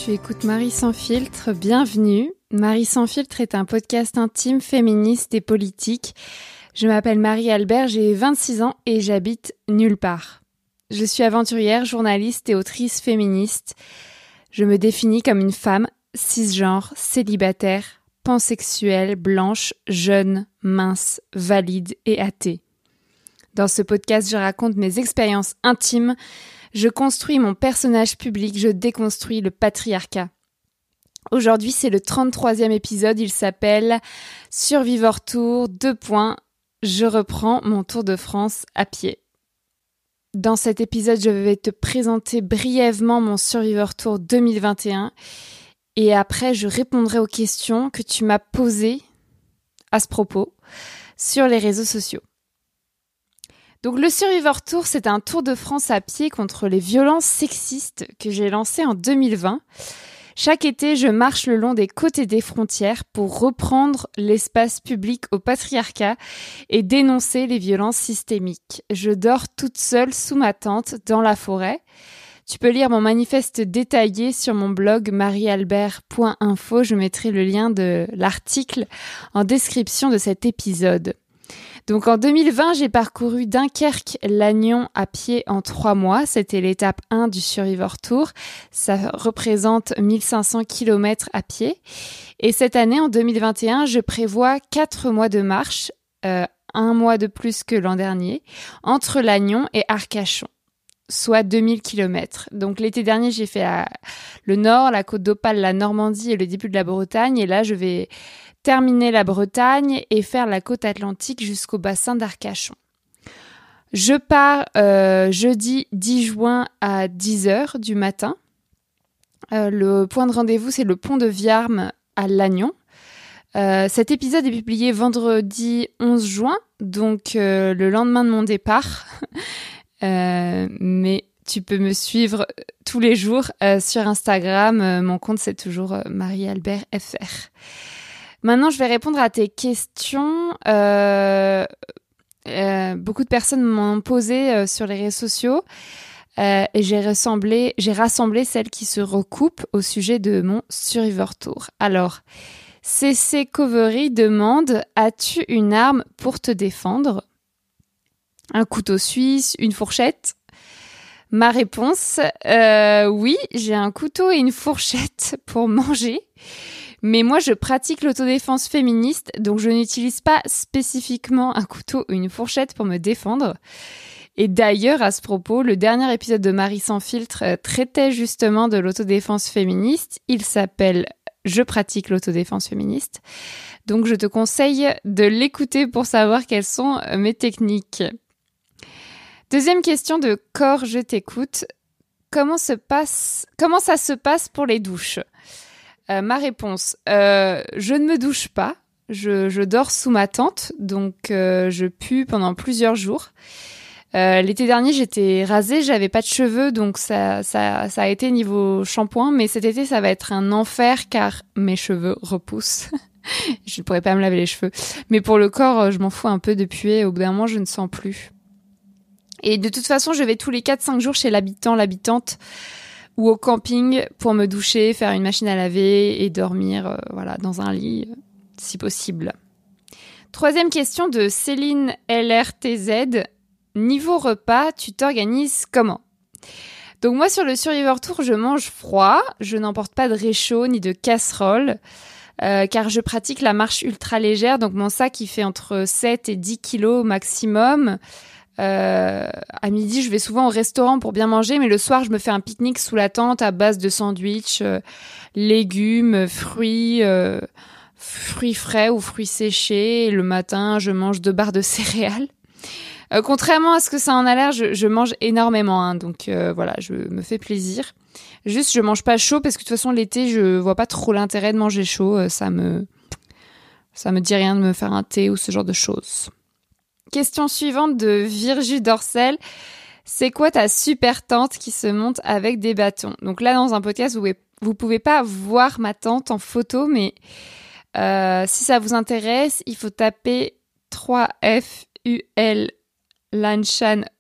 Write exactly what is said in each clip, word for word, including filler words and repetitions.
Tu écoutes Marie sans filtre, bienvenue. Marie sans filtre est un podcast intime, féministe et politique. Je m'appelle Marie-Albert, j'ai vingt-six ans et j'habite nulle part. Je suis aventurière, journaliste et autrice féministe. Je me définis comme une femme cisgenre, célibataire, pansexuelle, blanche, jeune, mince, valide et athée. Dans ce podcast, je raconte mes expériences intimes, je construis mon personnage public, je déconstruis le patriarcat. Aujourd'hui, c'est le trente-troisième épisode, il s'appelle « Survivor Tour, deux points, je reprends mon Tour de France à pied ». Dans cet épisode, je vais te présenter brièvement mon Survivor Tour deux mille vingt et un et après, je répondrai aux questions que tu m'as posées à ce propos sur les réseaux sociaux. Donc le Survivor Tour, c'est un tour de France à pied contre les violences sexistes que j'ai lancé en deux mille vingt. Chaque été, je marche le long des côtes et des frontières pour reprendre l'espace public au patriarcat et dénoncer les violences systémiques. Je dors toute seule sous ma tente dans la forêt. Tu peux lire mon manifeste détaillé sur mon blog marialbert point info. Je mettrai le lien de l'article en description de cet épisode. Donc en deux mille vingt, j'ai parcouru Dunkerque-Lannion à pied en trois mois. C'était l'étape un du Survivor Tour. Ça représente mille cinq cents kilomètres à pied. Et cette année, en deux mille vingt et un, je prévois quatre mois de marche, euh, un mois de plus que l'an dernier, entre Lannion et Arcachon, soit deux mille kilomètres. Donc l'été dernier, j'ai fait la, le nord, la côte d'Opale, la Normandie et le début de la Bretagne. Et là, je vais terminer la Bretagne et faire la côte atlantique jusqu'au bassin d'Arcachon. Je pars euh, jeudi dix juin à dix heures du matin. Euh, le point de rendez-vous, c'est le pont de Viarme à Lannion. Euh, cet épisode est publié vendredi onze juin, donc euh, le lendemain de mon départ. euh, mais tu peux me suivre tous les jours euh, sur Instagram. Euh, mon compte, c'est toujours euh, Marie-Albert F R. Maintenant, je vais répondre à tes questions. Euh, euh, beaucoup de personnes m'ont posé euh, sur les réseaux sociaux euh, et j'ai rassemblé, j'ai rassemblé celles qui se recoupent au sujet de mon Survivor Tour. Alors, C C Covery demande « As-tu une arme pour te défendre ?» Un couteau suisse, une fourchette ? Ma réponse, euh, oui, j'ai un couteau et une fourchette pour manger. Mais moi, je pratique l'autodéfense féministe, donc je n'utilise pas spécifiquement un couteau ou une fourchette pour me défendre. Et d'ailleurs, à ce propos, le dernier épisode de Marie sans filtre traitait justement de l'autodéfense féministe. Il s'appelle « Je pratique l'autodéfense féministe ». Donc, je te conseille de l'écouter pour savoir quelles sont mes techniques. Deuxième question de Cor, je t'écoute. Comment se passe, comment ça se passe pour les douches ? Euh, ma réponse, euh, je ne me douche pas, je, je dors sous ma tente, donc euh, je pue pendant plusieurs jours. Euh, l'été dernier, j'étais rasée, j'avais pas de cheveux, donc ça, ça, ça a été niveau shampoing, mais cet été, ça va être un enfer car mes cheveux repoussent. Je ne pourrais pas me laver les cheveux. Mais pour le corps, je m'en fous un peu de puer, au bout d'un moment, je ne sens plus. Et de toute façon, je vais tous les quatre cinq jours chez l'habitant, l'habitante, ou au camping pour me doucher, faire une machine à laver et dormir euh, voilà, dans un lit, euh, si possible. Troisième question de Céline L R T Z. Niveau repas, tu t'organises comment ? Donc moi, sur le Survivor Tour, je mange froid. Je n'emporte pas de réchaud ni de casserole, euh, car je pratique la marche ultra légère. Donc mon sac, il fait entre sept et dix kilos maximum. Euh, à midi, je vais souvent au restaurant pour bien manger, mais le soir, je me fais un pique-nique sous la tente à base de sandwichs, euh, légumes, fruits, euh, fruits frais ou fruits séchés. Et le matin, je mange deux barres de céréales. Euh, contrairement à ce que ça en a l'air, je, je mange énormément, hein, donc euh, voilà, je me fais plaisir. Juste, je mange pas chaud parce que de toute façon, l'été, je vois pas trop l'intérêt de manger chaud. Euh, ça me, ça me dit rien de me faire un thé ou ce genre de choses. Question suivante de Virgie Dorcel. C'est quoi ta super tente qui se monte avec des bâtons ? Donc là, dans un podcast, vous pouvez, vous pouvez pas voir ma tente en photo, mais euh, si ça vous intéresse, il faut taper trois F U L Lanshan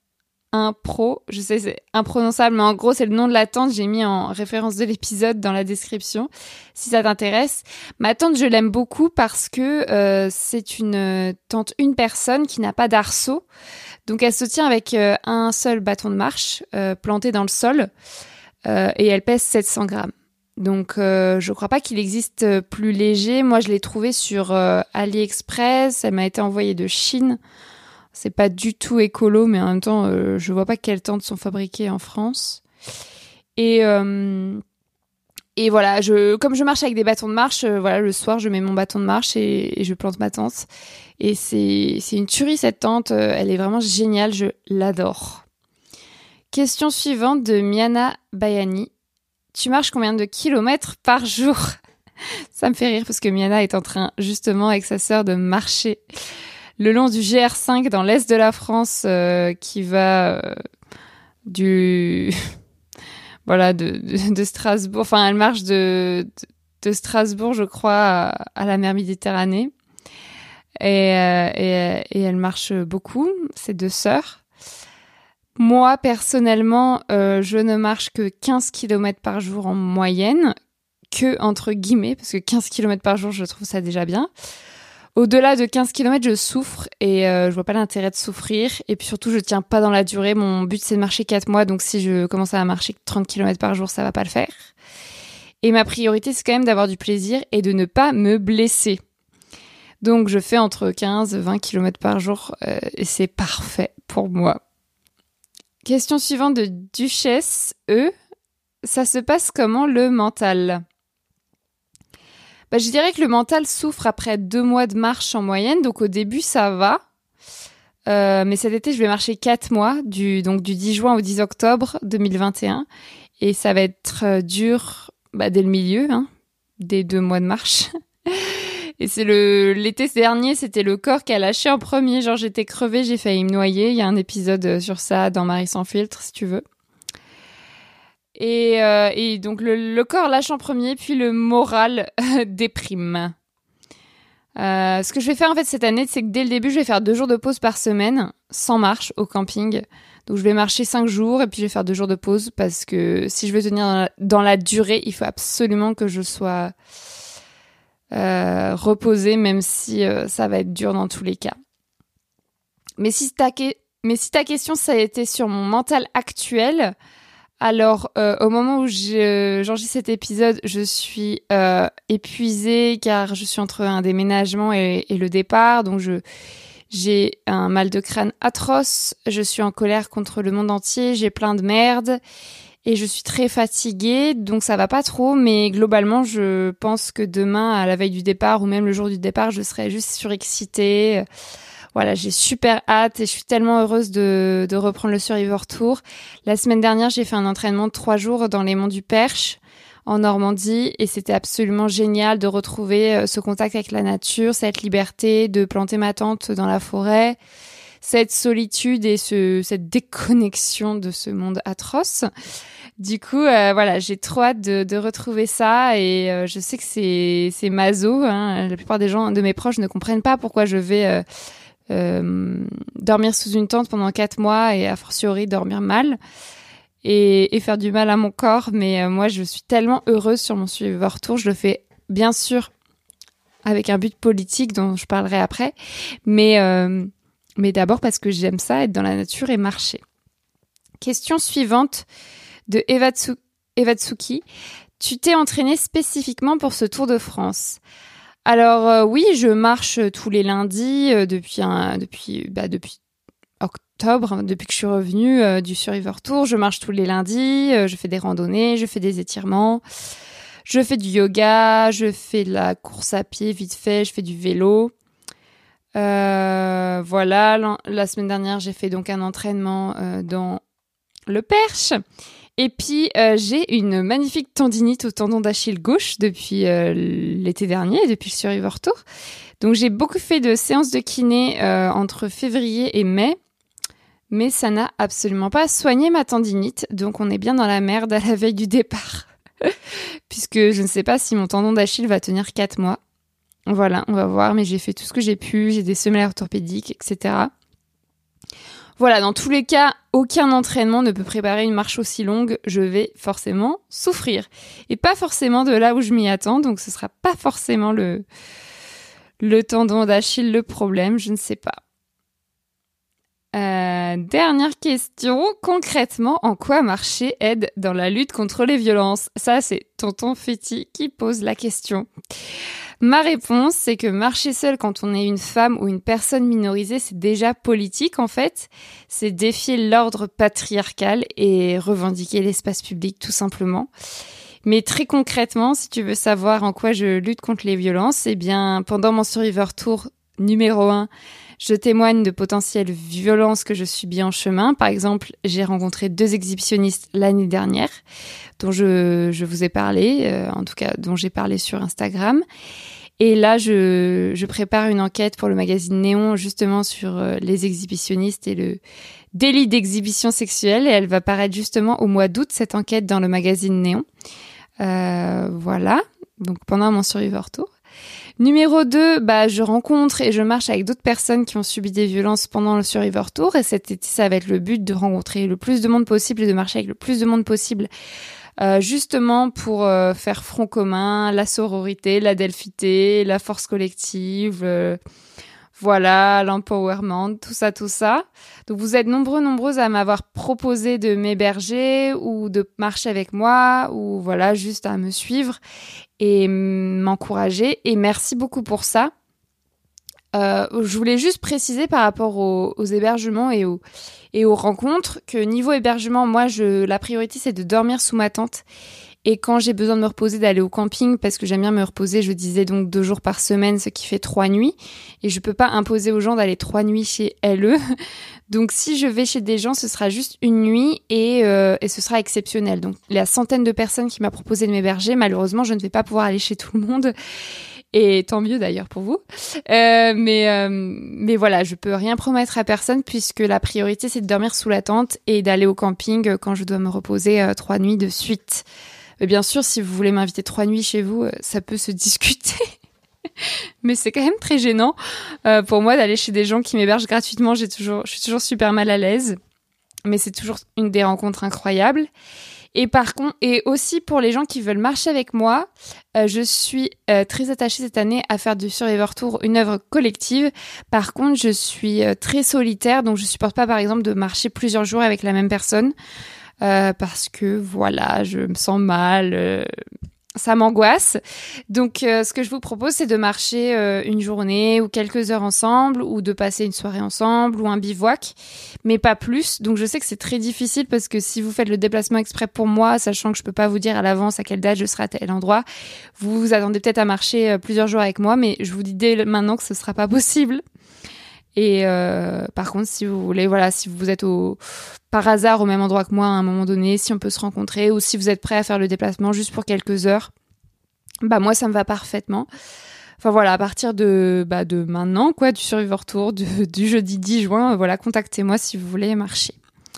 Impro. Je sais, c'est imprononçable, mais en gros, c'est le nom de la tante. J'ai mis en référence de l'épisode dans la description, si ça t'intéresse. Ma tante, je l'aime beaucoup parce que euh, c'est une tente une personne qui n'a pas d'arceau. Donc, elle se tient avec euh, un seul bâton de marche euh, planté dans le sol euh, et elle pèse sept cents grammes. Donc, euh, je crois pas qu'il existe plus léger. Moi, je l'ai trouvé sur euh, AliExpress. Elle m'a été envoyée de Chine. C'est pas du tout écolo, mais en même temps, euh, je vois pas quelles tentes sont fabriquées en France. Et euh, et voilà, je comme je marche avec des bâtons de marche, euh, voilà, le soir, je mets mon bâton de marche et, et je plante ma tente. Et c'est c'est une tuerie cette tente. Euh, elle est vraiment géniale, je l'adore. Question suivante de Miana Bayani. Tu marches combien de kilomètres par jour ? Ça me fait rire parce que Miana est en train justement avec sa sœur de marcher le long du G R cinq dans l'est de la France euh, qui va euh, du voilà de, de, de Strasbourg. Enfin, elle marche de, de, de Strasbourg, je crois, à, à la mer Méditerranée. Et, euh, et, et elle marche beaucoup, ces deux sœurs. Moi, personnellement, euh, je ne marche que quinze kilomètres par jour en moyenne, que entre guillemets, parce que quinze kilomètres par jour, je trouve ça déjà bien. Au-delà de quinze kilomètres, je souffre et euh, je vois pas l'intérêt de souffrir. Et puis surtout, je tiens pas dans la durée. Mon but, c'est de marcher quatre mois. Donc si je commence à marcher trente kilomètres par jour, ça va pas le faire. Et ma priorité, c'est quand même d'avoir du plaisir et de ne pas me blesser. Donc je fais entre quinze et vingt kilomètres par jour euh, et c'est parfait pour moi. Question suivante de Duchesse E. Ça se passe comment le mental ? Bah, je dirais que le mental souffre après deux mois de marche en moyenne, donc au début ça va. Euh, mais cet été je vais marcher quatre mois, du, donc du dix juin au dix octobre deux mille vingt et un. Et ça va être euh, dur bah, dès le milieu, hein, des deux mois de marche. Et c'est le l'été dernier, c'était le corps qui a lâché en premier. Genre j'étais crevée, j'ai failli me noyer. Il y a un épisode sur ça dans Marie sans filtre, si tu veux. Et, euh, et donc le, le corps lâche en premier, puis le moral euh, déprime. Euh, ce que je vais faire en fait cette année, c'est que dès le début, je vais faire deux jours de pause par semaine, sans marche, au camping. Donc je vais marcher cinq jours et puis je vais faire deux jours de pause parce que si je veux tenir dans la, dans la durée, il faut absolument que je sois euh, reposée, même si euh, ça va être dur dans tous les cas. Mais si ta, que- mais si ta question, ça a été sur mon mental actuel... Alors, euh, au moment où je, j'enregistre cet épisode, je suis euh, épuisée car je suis entre un déménagement et, et le départ. Donc, je, j'ai un mal de crâne atroce. Je suis en colère contre le monde entier. J'ai plein de merde. Et je suis très fatiguée. Donc, ça va pas trop. Mais globalement, je pense que demain, à la veille du départ ou même le jour du départ, je serai juste surexcitée. Voilà, j'ai super hâte et je suis tellement heureuse de, de reprendre le Survivor Tour. La semaine dernière, j'ai fait un entraînement de trois jours dans les monts du Perche, en Normandie, et c'était absolument génial de retrouver ce contact avec la nature, cette liberté de planter ma tente dans la forêt, cette solitude et ce, cette déconnexion de ce monde atroce. Du coup, euh, voilà, j'ai trop hâte de, de retrouver ça et euh, je sais que c'est, c'est maso. Hein. La plupart des gens, de mes proches, ne comprennent pas pourquoi je vais... Euh, Euh, dormir sous une tente pendant quatre mois et a fortiori dormir mal et, et faire du mal à mon corps. Mais euh, moi, je suis tellement heureuse sur mon Survivor Tour. Je le fais bien sûr avec un but politique dont je parlerai après. Mais, euh, mais d'abord parce que j'aime ça, être dans la nature et marcher. Question suivante de Evatsu- Evatsuki. Tu t'es entraînée spécifiquement pour ce Tour de France ? Alors euh, oui, je marche tous les lundis euh, depuis un, depuis bah, depuis octobre, depuis que je suis revenue euh, du Survivor Tour. Je marche tous les lundis, euh, je fais des randonnées, je fais des étirements, je fais du yoga, je fais de la course à pied vite fait, je fais du vélo. Euh, voilà, la, la semaine dernière, j'ai fait donc un entraînement euh, dans le Perche. Et puis, euh, j'ai une magnifique tendinite au tendon d'Achille gauche depuis euh, l'été dernier, depuis le Survivor Tour. Donc, j'ai beaucoup fait de séances de kiné euh, entre février et mai, mais ça n'a absolument pas soigné ma tendinite. Donc, on est bien dans la merde à la veille du départ, puisque je ne sais pas si mon tendon d'Achille va tenir quatre mois. Voilà, on va voir, mais j'ai fait tout ce que j'ai pu. J'ai des semelles orthopédiques, et cetera. Voilà, dans tous les cas, aucun entraînement ne peut préparer une marche aussi longue. Je vais forcément souffrir. Et pas forcément de là où je m'y attends, donc ce sera pas forcément le, le tendon d'Achille le problème, je ne sais pas. Euh, dernière question, concrètement, en quoi marcher aide dans la lutte contre les violences ? Ça, c'est tonton Féti qui pose la question. Ma réponse, c'est que marcher seul quand on est une femme ou une personne minorisée, c'est déjà politique en fait. C'est défier l'ordre patriarcal et revendiquer l'espace public tout simplement. Mais très concrètement, si tu veux savoir en quoi je lutte contre les violences, eh bien, pendant mon Survivor Tour numéro un, je témoigne de potentielles violences que je subis en chemin. Par exemple, j'ai rencontré deux exhibitionnistes l'année dernière, dont je, je vous ai parlé, euh, en tout cas dont j'ai parlé sur Instagram. Et là, je, je prépare une enquête pour le magazine Néon, justement sur euh, les exhibitionnistes et le délit d'exhibition sexuelle. Et elle va paraître justement au mois d'août, cette enquête, dans le magazine Néon. Euh, voilà, donc pendant mon Survivor Tour. Numéro deux, bah, je rencontre et je marche avec d'autres personnes qui ont subi des violences pendant le Survivor Tour. Et cet été, ça va être le but de rencontrer le plus de monde possible et de marcher avec le plus de monde possible. Euh, justement pour euh, faire front commun, la sororité, la delphité, la force collective, euh, voilà, l'empowerment, tout ça, tout ça. Donc vous êtes nombreux, nombreuses à m'avoir proposé de m'héberger ou de marcher avec moi ou voilà, juste à me suivre et m'encourager. Et merci beaucoup pour ça. Euh, je voulais juste préciser par rapport aux, aux hébergements et aux, et aux rencontres que niveau hébergement, moi, je, la priorité, c'est de dormir sous ma tente. Et quand j'ai besoin de me reposer, d'aller au camping, parce que j'aime bien me reposer, je disais donc deux jours par semaine, ce qui fait trois nuits. Et je peux pas imposer aux gens d'aller trois nuits chez L E. Donc si je vais chez des gens, ce sera juste une nuit et, euh, et ce sera exceptionnel. Donc la centaine de personnes qui m'a proposé de m'héberger, malheureusement, je ne vais pas pouvoir aller chez tout le monde. Et tant mieux d'ailleurs pour vous. Euh, mais, euh, mais voilà, je peux rien promettre à personne puisque la priorité, c'est de dormir sous la tente et d'aller au camping quand je dois me reposer euh, trois nuits de suite. Mais bien sûr, si vous voulez m'inviter trois nuits chez vous, euh, ça peut se discuter. Mais c'est quand même très gênant euh, pour moi d'aller chez des gens qui m'hébergent gratuitement. J'ai toujours, je suis toujours super mal à l'aise. Mais c'est toujours une des rencontres incroyables. Et par contre, et aussi pour les gens qui veulent marcher avec moi, euh, je suis euh, très attachée cette année à faire du Survivor Tour une œuvre collective. Par contre, je suis euh, très solitaire, donc je supporte pas par exemple de marcher plusieurs jours avec la même personne euh, parce que voilà, je me sens mal. Euh, Ça m'angoisse. Donc, euh, ce que je vous propose, c'est de marcher euh, une journée ou quelques heures ensemble, ou de passer une soirée ensemble, ou un bivouac, mais pas plus. Donc, je sais que c'est très difficile parce que si vous faites le déplacement exprès pour moi, sachant que je peux pas vous dire à l'avance à quelle date je serai à tel endroit, vous vous attendez peut-être à marcher euh, plusieurs jours avec moi, mais je vous dis dès maintenant que ce sera pas possible. Et euh, par contre, si vous voulez, voilà, si vous êtes au, par hasard au même endroit que moi à un moment donné, si on peut se rencontrer, ou si vous êtes prêt à faire le déplacement juste pour quelques heures, bah moi ça me va parfaitement. Enfin voilà, à partir de bah de maintenant quoi, du Survivor Tour, du, du jeudi dix juin, voilà, contactez-moi si vous voulez marcher.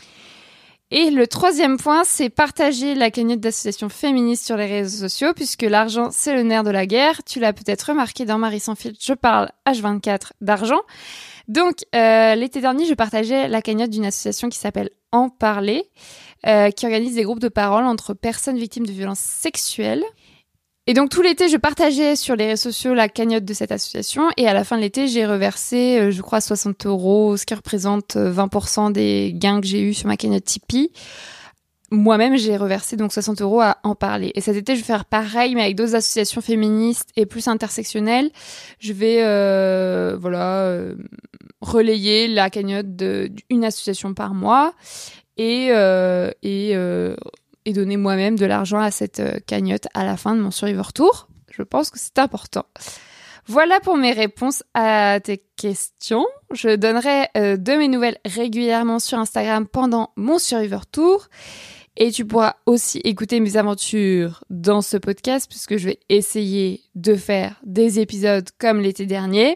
Et le troisième point, c'est partager la cagnotte d'associations féministes sur les réseaux sociaux, puisque l'argent, c'est le nerf de la guerre. Tu l'as peut-être remarqué dans Marie sans filtre, je parle H vingt-quatre d'argent. Donc, euh, l'été dernier, je partageais la cagnotte d'une association qui s'appelle En Parler, euh, qui organise des groupes de parole entre personnes victimes de violences sexuelles. Et donc, tout l'été, je partageais sur les réseaux sociaux la cagnotte de cette association. Et à la fin de l'été, j'ai reversé, euh, je crois, soixante euros, ce qui représente vingt pour cent des gains que j'ai eus sur ma cagnotte Tipeee. Moi-même, j'ai reversé donc soixante euros à En Parler. Et cet été, je vais faire pareil, mais avec d'autres associations féministes et plus intersectionnelles. Je vais, euh, voilà, euh, relayer la cagnotte d'une association par mois et euh, et euh, et donner moi-même de l'argent à cette cagnotte à la fin de mon Survivor Tour. Je pense que c'est important. Voilà pour mes réponses à tes questions. Je donnerai euh, de mes nouvelles régulièrement sur Instagram pendant mon Survivor Tour. Et tu pourras aussi écouter mes aventures dans ce podcast puisque je vais essayer de faire des épisodes comme l'été dernier.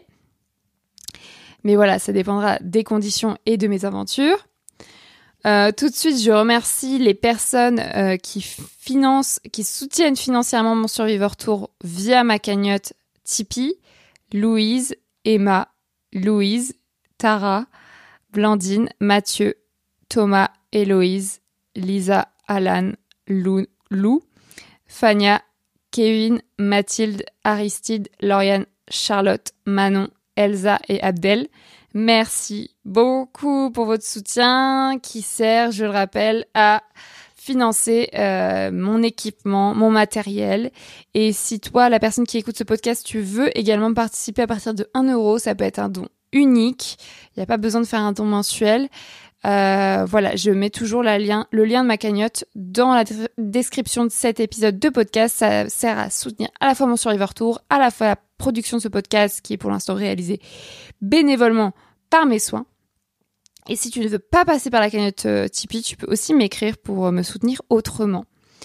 Mais voilà, ça dépendra des conditions et de mes aventures. Euh, tout de suite, je remercie les personnes euh, qui financent, qui soutiennent financièrement mon Survivor Tour via ma cagnotte Tipeee. Louise, Emma, Louise, Tara, Blandine, Mathieu, Thomas, Héloïse, Lisa, Alan, Lou, Lou, Fania, Kevin, Mathilde, Aristide, Lauriane, Charlotte, Manon, Elsa et Abdel. Merci beaucoup pour votre soutien qui sert, je le rappelle, à financer euh, mon équipement, mon matériel. Et si toi, la personne qui écoute ce podcast, tu veux également participer à partir de un euro, ça peut être un don unique. Il n'y a pas besoin de faire un don mensuel. Euh, voilà, je mets toujours la lien, le lien de ma cagnotte dans la d- description de cet épisode de podcast. Ça sert à soutenir à la fois mon Survivor Tour, à la fois la production de ce podcast qui est pour l'instant réalisé bénévolement par mes soins. Et si tu ne veux pas passer par la cagnotte euh, Tipeee, tu peux aussi m'écrire pour euh, me soutenir autrement.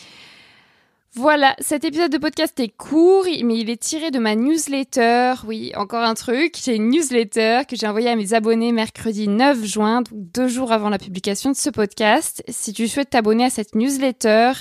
Voilà, cet épisode de podcast est court, mais il est tiré de ma newsletter. Oui, encore un truc, j'ai une newsletter que j'ai envoyée à mes abonnés mercredi neuf juin, donc deux jours avant la publication de ce podcast. Si tu souhaites t'abonner à cette newsletter,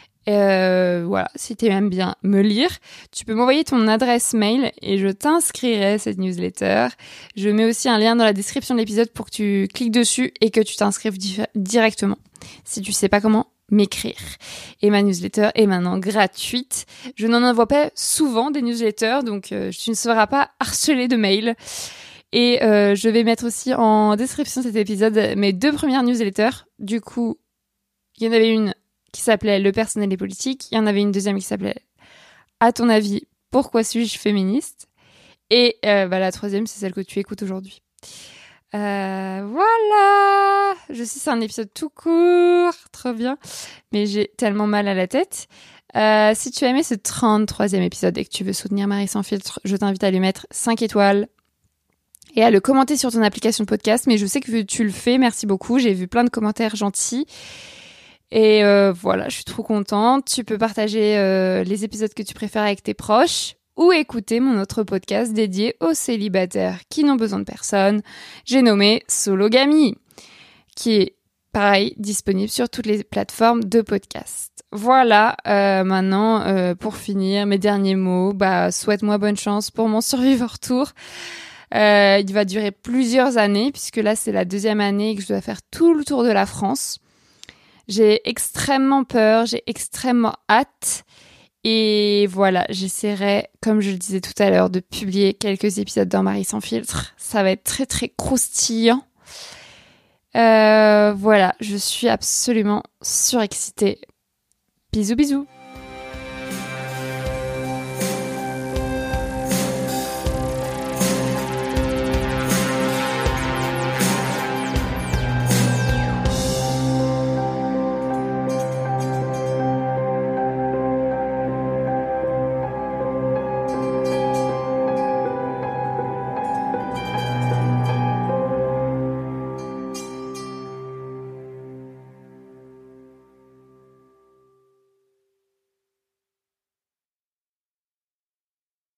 euh, voilà, si tu aimes bien me lire, tu peux m'envoyer ton adresse mail et je t'inscrirai à cette newsletter. Je mets aussi un lien dans la description de l'épisode pour que tu cliques dessus et que tu t'inscrives di- directement. Si tu sais pas comment m'écrire. Et ma newsletter est maintenant gratuite. Je n'en envoie pas souvent des newsletters, donc euh, tu ne seras pas harcelé de mails. Et euh, je vais mettre aussi en description de cet épisode mes deux premières newsletters. Du coup, il y en avait une qui s'appelait Le personnel et politique. Il y en avait une deuxième qui s'appelait À ton avis, pourquoi suis-je féministe ? Et euh, bah, la troisième, c'est celle que tu écoutes aujourd'hui. Euh, voilà, je sais, c'est un épisode tout court, trop bien, mais j'ai tellement mal à la tête. Euh, si tu as aimé ce trente-troisième épisode et que tu veux soutenir Marie sans filtre, je t'invite à lui mettre cinq étoiles et à le commenter sur ton application de podcast, mais je sais que tu le fais, merci beaucoup, j'ai vu plein de commentaires gentils. Et euh, voilà, je suis trop contente. Tu peux partager euh, les épisodes que tu préfères avec tes proches ou écouter mon autre podcast dédié aux célibataires qui n'ont besoin de personne. J'ai nommé Sologamie, qui est pareil, disponible sur toutes les plateformes de podcast. Voilà, euh, maintenant, euh, pour finir, mes derniers mots, bah, souhaite-moi bonne chance pour mon Survivor Tour. Euh, il va durer plusieurs années, puisque là, c'est la deuxième année que je dois faire tout le tour de la France. J'ai extrêmement peur, j'ai extrêmement hâte. Et voilà, j'essaierai, comme je le disais tout à l'heure, de publier quelques épisodes dans Marie sans filtre. Ça va être très très croustillant. Euh, voilà, je suis absolument surexcitée. Bisous bisous.